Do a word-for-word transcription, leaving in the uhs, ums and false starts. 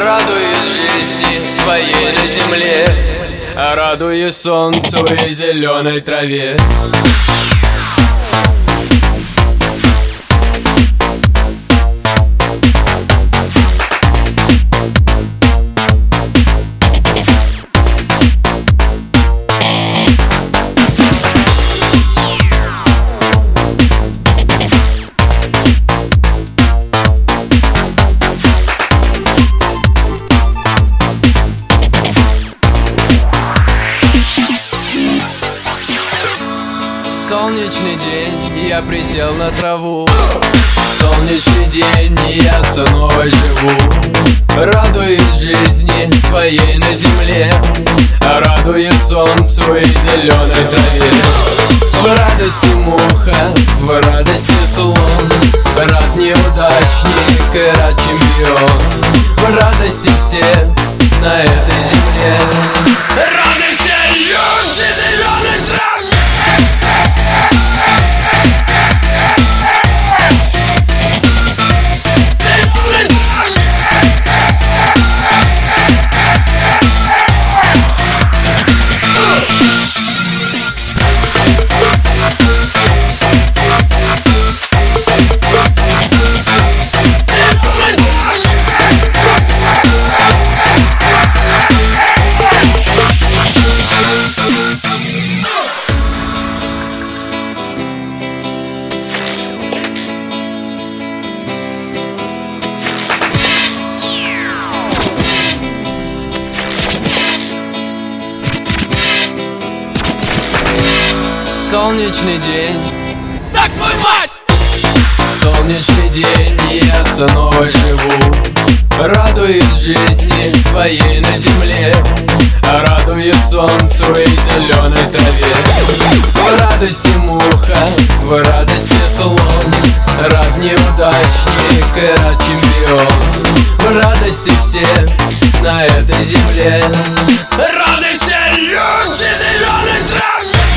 Радуюсь жизни своей на земле, радуюсь солнцу и зеленой траве. Солнечный день, я присел на траву. Солнечный день, я снова живу. Радуюсь жизни своей на земле, радуюсь солнцу и зеленой траве. В радости муха, в радости слон, рад неудачник, рад чемпион. В радости все на этой земле, рады все люди зеленой траве. Солнечный день, так твою мать! Солнечный день, я снова живу. Радуюсь жизни своей на земле, радуюсь солнцу и зеленой траве. В радости муха, в радости слон, рад неудачник, рад чемпион. В радости все на этой земле, рады все люди зеленой траве.